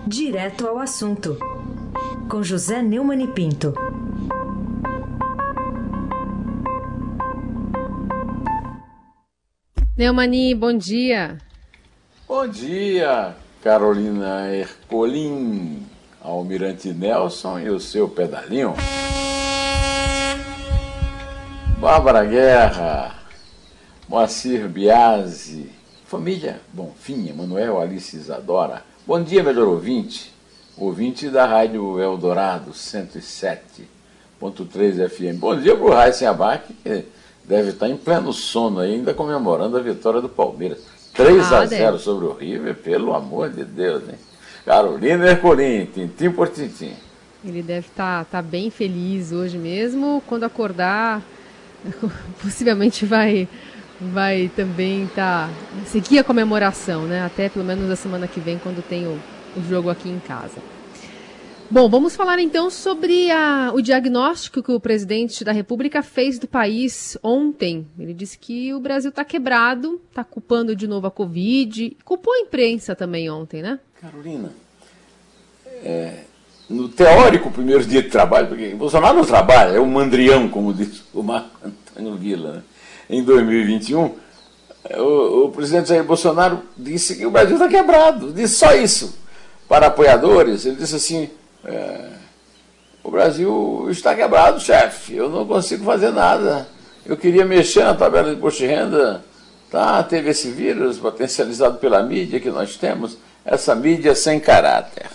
Direto ao assunto, com José Neumann e Pinto. Neumani, bom dia. Bom dia, Carolina Ercolim, Almirante Nelson e o seu pedalinho. Bárbara Guerra, Moacir Biasi, família Bonfim, Manuel Alice Isadora. Bom dia, melhor ouvinte da Rádio Eldorado 107.3 FM. Bom dia para o Raíssen Abac, que deve estar em pleno sono ainda, comemorando a vitória do Palmeiras. 3-0 sobre o River, pelo amor de Deus, hein? Carolina Ercolim, tintim por tintim. Ele deve estar bem feliz hoje mesmo. Quando acordar, possivelmente vai também seguir a comemoração, né? Até pelo menos a semana que vem, quando tem o jogo aqui em casa. Bom, vamos falar então sobre o diagnóstico que o presidente da República fez do país ontem. Ele disse que o Brasil está quebrado, está culpando de novo a Covid, culpou a imprensa também ontem, né? Carolina, no teórico primeiro dia de trabalho, porque Bolsonaro não trabalha, é um mandrião, como diz o Marco Antônio Villa, né? Em 2021, o presidente Jair Bolsonaro disse que o Brasil está quebrado, disse só isso. Para apoiadores, ele disse assim, o Brasil está quebrado, chefe, eu não consigo fazer nada. Eu queria mexer na tabela de imposto de renda, teve esse vírus potencializado pela mídia que nós temos, essa mídia sem caráter.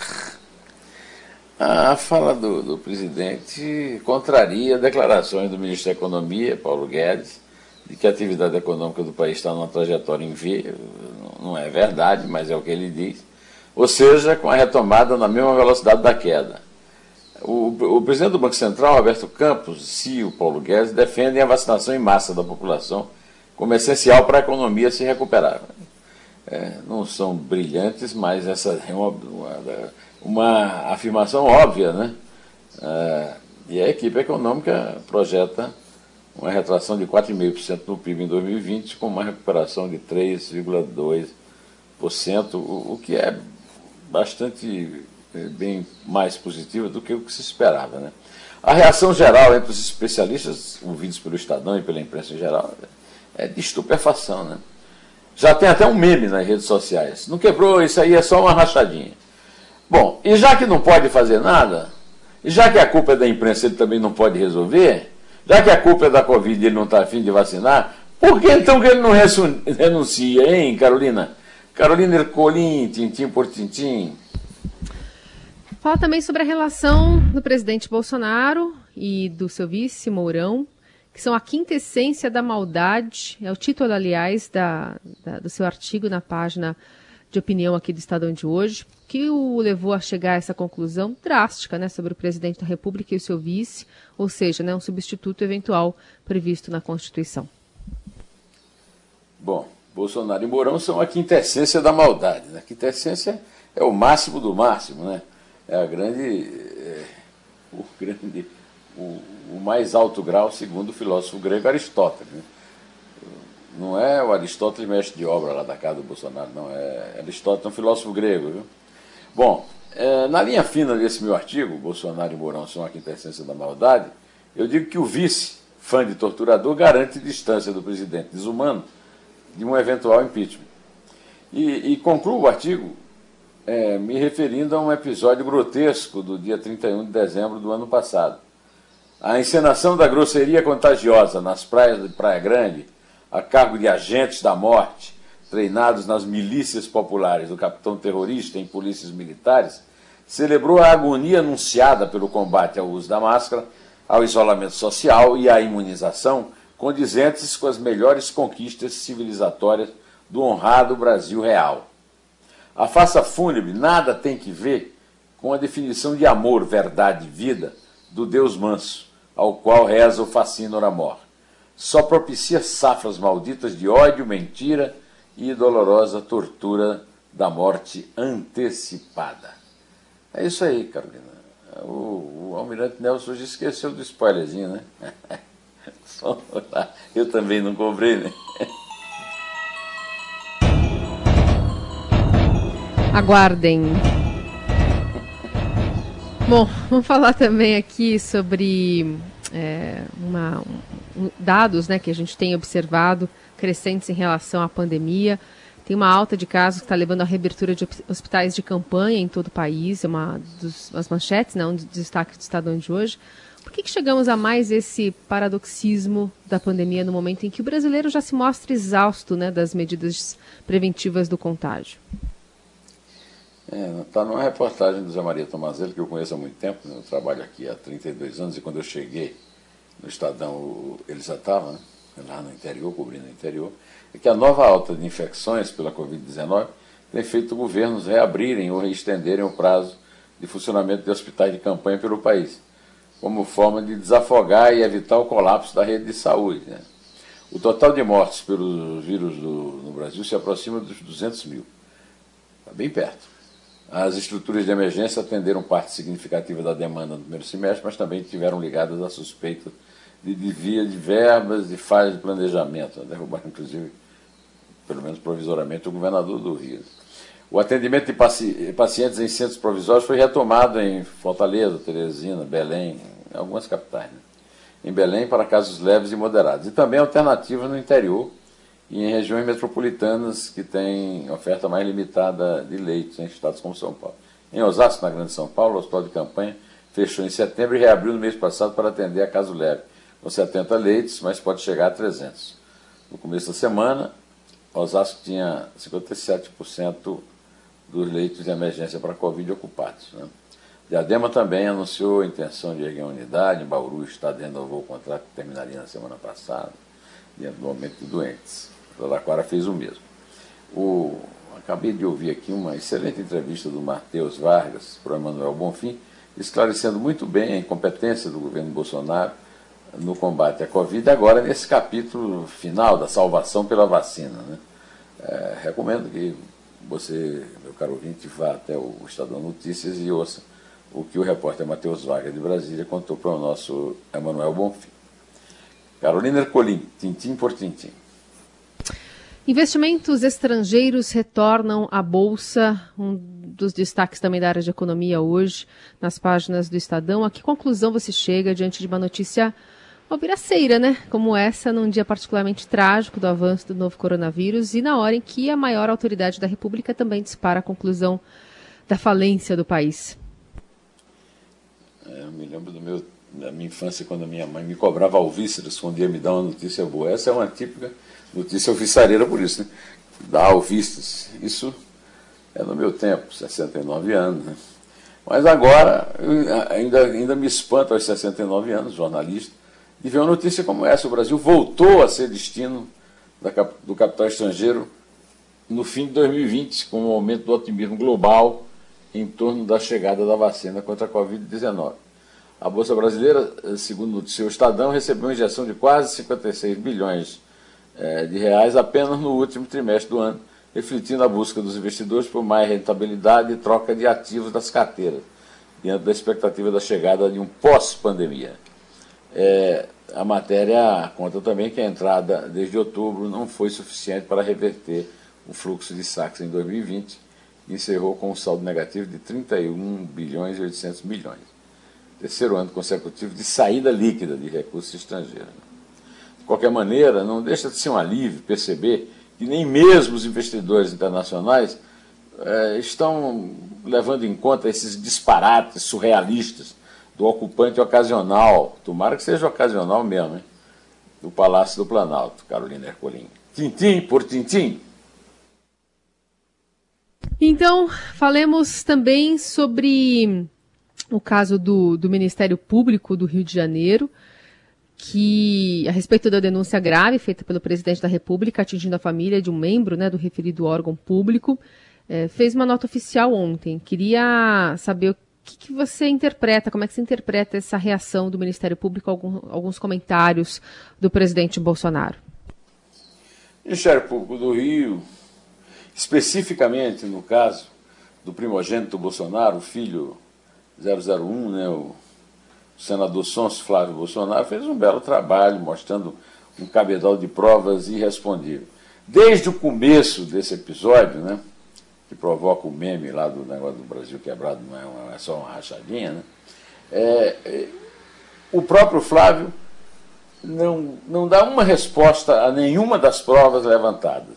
A fala do presidente contraria declarações do ministro da Economia, Paulo Guedes, de que a atividade econômica do país está numa trajetória em V. Não é verdade, mas é o que ele diz. Ou seja, com a retomada na mesma velocidade da queda. O presidente do Banco Central, Alberto Campos, e o Paulo Guedes defendem a vacinação em massa da população como essencial para a economia se recuperar. Não são brilhantes, mas essa é uma afirmação óbvia, né? E a equipe econômica projeta uma retração de 4,5% no PIB em 2020, com uma recuperação de 3,2%, o que é bastante bem mais positivo do que o que se esperava, né? A reação geral entre os especialistas, ouvidos pelo Estadão e pela imprensa em geral, é de estupefação, né? Já tem até um meme nas redes sociais. Não quebrou, isso aí é só uma rachadinha. Bom, e já que não pode fazer nada, e já que a culpa é da imprensa, ele também não pode resolver, já que a culpa é da Covid e ele não está a fim de vacinar, por que então que ele não renuncia, hein, Carolina? Carolina Ercolim, tintim por tintim. Fala também sobre a relação do presidente Bolsonaro e do seu vice, Mourão, que são a quintessência da maldade. É o título, aliás, do seu artigo na página de opinião aqui do Estadão de hoje, que o levou a chegar a essa conclusão drástica, né, sobre o presidente da República e o seu vice, ou seja, né, um substituto eventual previsto na Constituição. Bom, Bolsonaro e Mourão são a quintessência da maldade, né? A quintessência é o máximo do máximo, né? É o mais alto grau, segundo o filósofo grego Aristóteles, né? Não é o Aristóteles mestre de obra lá da casa do Bolsonaro, não. É Aristóteles, um filósofo grego, viu? Bom, na linha fina desse meu artigo, Bolsonaro e Mourão são a quintessência da maldade, eu digo que o vice, fã de torturador, garante distância do presidente desumano de um eventual impeachment. E concluo o artigo me referindo a um episódio grotesco do dia 31 de dezembro do ano passado. A encenação da grosseria contagiosa nas praias de Praia Grande, a cargo de agentes da morte, treinados nas milícias populares do capitão terrorista em polícias militares, celebrou a agonia anunciada pelo combate ao uso da máscara, ao isolamento social e à imunização, condizentes com as melhores conquistas civilizatórias do honrado Brasil real. A farsa fúnebre nada tem que ver com a definição de amor, verdade e vida do Deus manso, ao qual reza o Facínora Mor. Só propicia safras malditas de ódio, mentira e dolorosa tortura da morte antecipada. É isso aí, Carolina. O Almirante Nelson hoje esqueceu do spoilerzinho, né? Eu também não cobrei, né? Aguardem. Bom, vamos falar também aqui sobre dados, né, que a gente tem observado crescentes em relação à pandemia. Tem uma alta de casos que está levando à reabertura de hospitais de campanha em todo o país. É uma das manchetes, né, um dos destaques do Estadão de hoje. Por que chegamos a mais esse paradoxismo da pandemia no momento em que o brasileiro já se mostra exausto, né, das medidas preventivas do contágio? Está numa reportagem do Zé Maria Tomazello, que eu conheço há muito tempo, né? Eu trabalho aqui há 32 anos, e quando eu cheguei no Estadão, ele já estava, né, lá no interior, cobrindo o interior, e que a nova alta de infecções pela Covid-19 tem feito governos reabrirem ou reestenderem o prazo de funcionamento de hospitais de campanha pelo país, como forma de desafogar e evitar o colapso da rede de saúde, né? O total de mortes pelo vírus no Brasil se aproxima dos 200 mil. Está bem perto. As estruturas de emergência atenderam parte significativa da demanda no primeiro semestre, mas também tiveram ligadas a suspeita de desvio de verbas e falhas de planejamento. Derrubaram, inclusive, pelo menos provisoriamente, o governador do Rio. O atendimento de pacientes em centros provisórios foi retomado em Fortaleza, Teresina, Belém, em algumas capitais, né? Em Belém para casos leves e moderados. E também alternativas no interior e em regiões metropolitanas que têm oferta mais limitada de leitos em estados como São Paulo. Em Osasco, na Grande São Paulo, o hospital de campanha fechou em setembro e reabriu no mês passado para atender a caso leve, com 70 leitos, mas pode chegar a 300. No começo da semana, Osasco tinha 57% dos leitos de emergência para Covid ocupados, né? Diadema também anunciou a intenção de erguer uma unidade, em Bauru, o Estado renovou o contrato que terminaria na semana passada, diante do aumento de doentes. Araraquara fez o mesmo. Acabei de ouvir aqui uma excelente entrevista do Matheus Vargas para o Emanuel Bonfim, esclarecendo muito bem a incompetência do governo Bolsonaro no combate à Covid, agora nesse capítulo final da salvação pela vacina, né? Recomendo que você, meu caro ouvinte, vá até o Estadão Notícias e ouça o que o repórter Matheus Vargas de Brasília contou para o nosso Emanuel Bonfim. Carolina Ercolim, tintim por tintim. Investimentos estrangeiros retornam à Bolsa, um dos destaques também da área de economia hoje, nas páginas do Estadão. A que conclusão você chega diante de uma notícia alviraceira, né? Como essa, num dia particularmente trágico do avanço do novo coronavírus e na hora em que a maior autoridade da República também dispara a conclusão da falência do país? Eu me lembro da minha infância, quando a minha mãe me cobrava alvíceras, quando ia me dar uma notícia boa. Essa é uma típica notícia alvissareira por isso, né? Dar alvistas. Isso é no meu tempo, 69 anos, né? Mas agora, ainda me espanta aos 69 anos, jornalista, de ver uma notícia como essa. O Brasil voltou a ser destino do capital estrangeiro no fim de 2020, com o aumento do otimismo global em torno da chegada da vacina contra a Covid-19. A Bolsa Brasileira, segundo noticiou o Estadão, recebeu uma injeção de quase 56 bilhões de reais apenas no último trimestre do ano, refletindo a busca dos investidores por mais rentabilidade e troca de ativos das carteiras, diante da expectativa da chegada de um pós-pandemia. A matéria conta também que a entrada desde outubro não foi suficiente para reverter o fluxo de saques em 2020, que encerrou com um saldo negativo de 31 bilhões e 800 milhões. Terceiro ano consecutivo de saída líquida de recursos estrangeiros. De qualquer maneira, não deixa de ser um alívio perceber que nem mesmo os investidores internacionais estão levando em conta esses disparates surrealistas do ocupante ocasional, tomara que seja ocasional mesmo, hein? Do Palácio do Planalto, Carolina Ercolim. Tintim por tintim. Então, falemos também sobre o caso do Ministério Público do Rio de Janeiro, que, a respeito da denúncia grave feita pelo presidente da República, atingindo a família de um membro, né, do referido órgão público, fez uma nota oficial ontem. Queria saber o que você interpreta, como é que você interpreta essa reação do Ministério Público, alguns comentários do presidente Bolsonaro. O Ministério Público do Rio, especificamente no caso do primogênito Bolsonaro, o filho 001, né, o senador Sonso Flávio Bolsonaro, fez um belo trabalho mostrando um cabedal de provas irrespondível. Desde o começo desse episódio, né, que provoca o meme lá do negócio do Brasil quebrado, não é só uma rachadinha, né? O próprio Flávio não dá uma resposta a nenhuma das provas levantadas.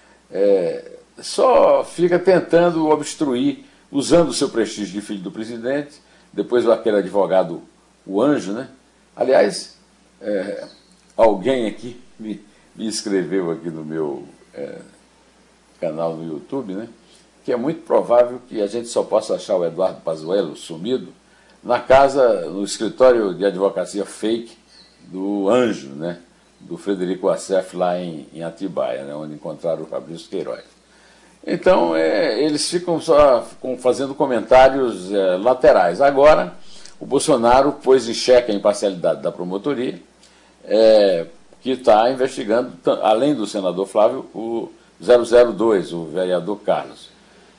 Só fica tentando obstruir, usando o seu prestígio de filho do presidente, depois aquele advogado, o Anjo, né? Aliás, alguém aqui me escreveu aqui no meu canal no YouTube, né? Que é muito provável que a gente só possa achar o Eduardo Pazuello sumido no escritório de advocacia fake do Anjo, né? Do Frederico Assef lá em Atibaia, né? Onde encontraram o Fabrício Queiroz. Então, eles ficam só fazendo comentários laterais. Agora, o Bolsonaro pôs em xeque a imparcialidade da promotoria, que está investigando, além do senador Flávio, o 002, o vereador Carlos.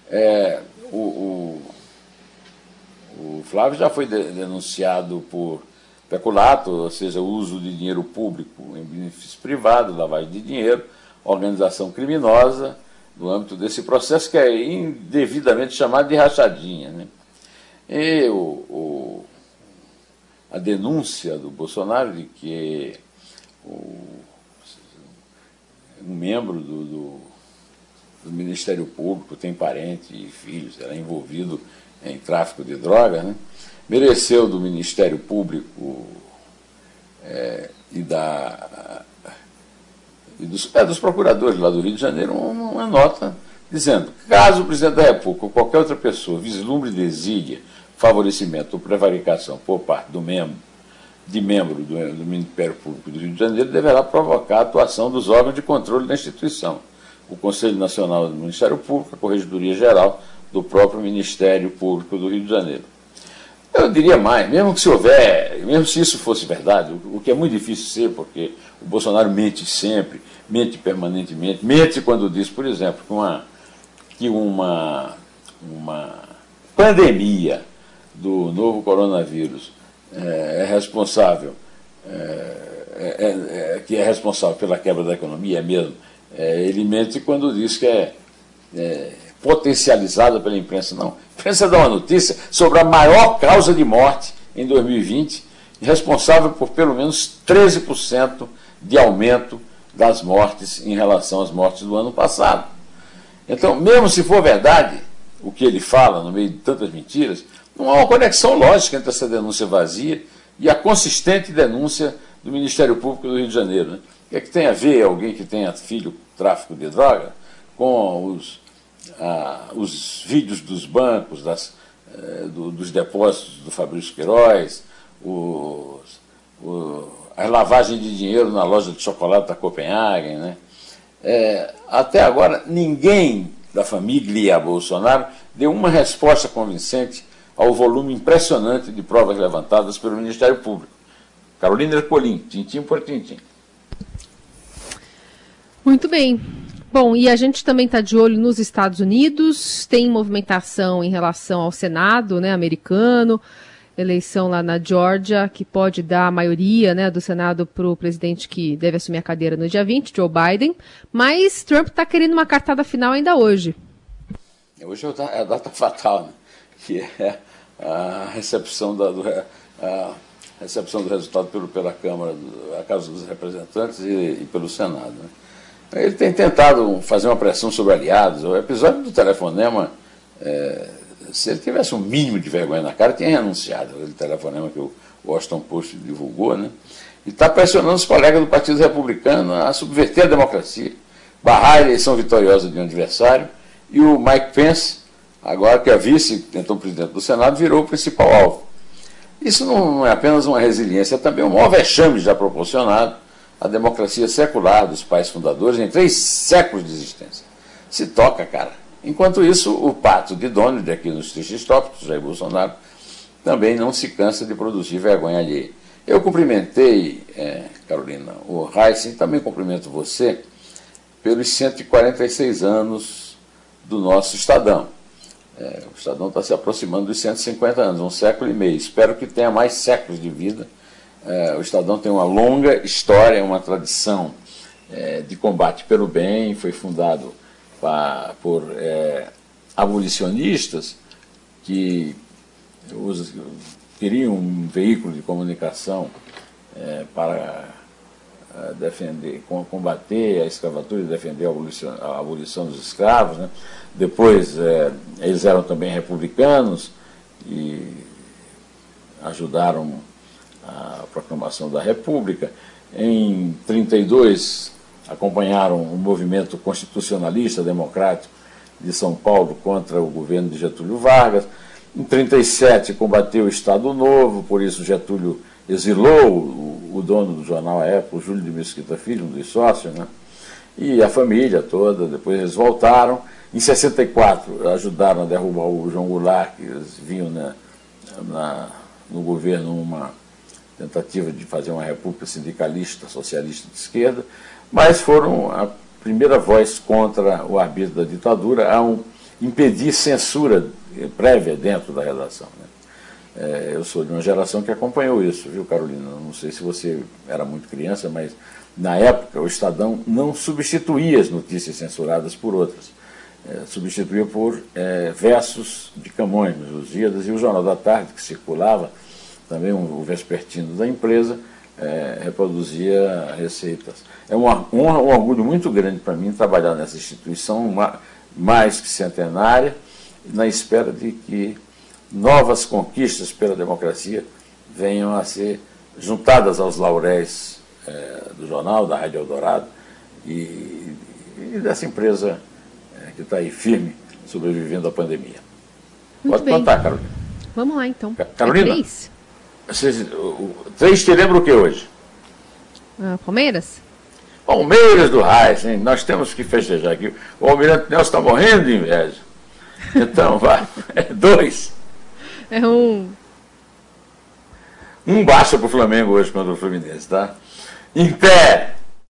O Flávio já foi denunciado por peculato, ou seja, uso de dinheiro público em benefício privado, lavagem de dinheiro, organização criminosa, no âmbito desse processo que é indevidamente chamado de rachadinha, né? E a denúncia do Bolsonaro de que um membro do Ministério Público tem parente e filhos, era envolvido em tráfico de drogas, né? Mereceu do Ministério Público dos procuradores lá do Rio de Janeiro uma nota dizendo: caso o presidente da República ou qualquer outra pessoa vislumbre desídia, favorecimento ou prevaricação por parte do membro do Ministério Público do Rio de Janeiro, deverá provocar a atuação dos órgãos de controle da instituição, o Conselho Nacional do Ministério Público, a Corregedoria Geral do próprio Ministério Público do Rio de Janeiro. Eu diria mais, mesmo se isso fosse verdade, o que é muito difícil ser, porque o Bolsonaro mente sempre, mente permanentemente, mente quando diz, por exemplo, que uma pandemia do novo coronavírus que é responsável pela quebra da economia, mesmo. Ele mente quando diz que é potencializada pela imprensa. Não, a imprensa dá uma notícia sobre a maior causa de morte em 2020, responsável por pelo menos 13% de aumento das mortes em relação às mortes do ano passado. Então, mesmo se for verdade o que ele fala no meio de tantas mentiras, não há uma conexão lógica entre essa denúncia vazia e a consistente denúncia do Ministério Público do Rio de Janeiro, né? O que é que tem a ver alguém que tenha filho com tráfico de droga com os vídeos dos bancos, dos depósitos do Fabrício Queiroz, a lavagem de dinheiro na loja de chocolate da Copenhagen, né? Até agora, ninguém da família Bolsonaro deu uma resposta convincente ao volume impressionante de provas levantadas pelo Ministério Público. Carolina Ercolim, tintim por tintim. Muito bem. Bom, e a gente também está de olho nos Estados Unidos, tem movimentação em relação ao Senado, né, americano, eleição lá na Geórgia, que pode dar a maioria, né, do Senado para o presidente que deve assumir a cadeira no dia 20, Joe Biden, mas Trump está querendo uma cartada final ainda hoje. Hoje é a data fatal, né, que é a recepção do resultado pela Câmara, a Casa dos Representantes e pelo Senado, né. Ele tem tentado fazer uma pressão sobre aliados. O episódio do telefonema, se ele tivesse um mínimo de vergonha na cara, tinha renunciado. Aquele telefonema que o Washington Post divulgou, né? E está pressionando os colegas do Partido Republicano a subverter a democracia, barrar a eleição vitoriosa de um adversário, e o Mike Pence, agora que é vice, então presidente do Senado, virou o principal alvo. Isso não é apenas uma resiliência, é também um maior vexame já proporcionado a democracia secular dos pais fundadores em 3 séculos de existência. Se toca, cara. Enquanto isso, o pato de Donald, aqui nos tristes tópicos, Jair Bolsonaro, também não se cansa de produzir vergonha alheia. Eu cumprimentei, Carolina, o Heisen, também cumprimento você, pelos 146 anos do nosso Estadão. O Estadão está se aproximando dos 150 anos, 1 século e meio. Espero que tenha mais séculos de vida. O Estadão tem uma longa história, uma tradição de combate pelo bem, foi fundado por abolicionistas que queriam um veículo de comunicação para defender, combater a escravatura e defender a abolição dos escravos, né? Depois, eles eram também republicanos e ajudaram a proclamação da República. Em 1932, acompanharam o movimento constitucionalista democrático de São Paulo contra o governo de Getúlio Vargas. Em 1937, combateu o Estado Novo, por isso Getúlio exilou o dono do jornal à época, o Júlio de Mesquita Filho, um dos sócios, né? E a família toda. Depois eles voltaram. Em 64, ajudaram a derrubar o João Goulart, que eles vinham no governo uma tentativa de fazer uma república sindicalista, socialista de esquerda, mas foram a primeira voz contra o arbítrio da ditadura a impedir censura prévia dentro da redação, né? Eu sou de uma geração que acompanhou isso, viu, Carolina? Não sei se você era muito criança, mas na época o Estadão não substituía as notícias censuradas por outras. Substituía por versos de Camões, nos Lusíadas, e o Jornal da Tarde, que circulava, também o vespertino da empresa, reproduzia receitas. É um orgulho muito grande para mim trabalhar nessa instituição, mais que centenária, na espera de que novas conquistas pela democracia venham a ser juntadas aos lauréis do jornal, da Rádio Eldorado e dessa empresa que está aí firme, sobrevivendo à pandemia. Muito Pode bem. contar, Carolina. Vamos lá, então. Carolina, 3? 3 te lembra o que hoje? Palmeiras? Palmeiras do Raiz, hein? Nós temos que festejar aqui. O Almirante Nelson está morrendo de inveja. Então, vai. 2. É um. Baixa para o Flamengo hoje contra o Fluminense, tá? Em pé!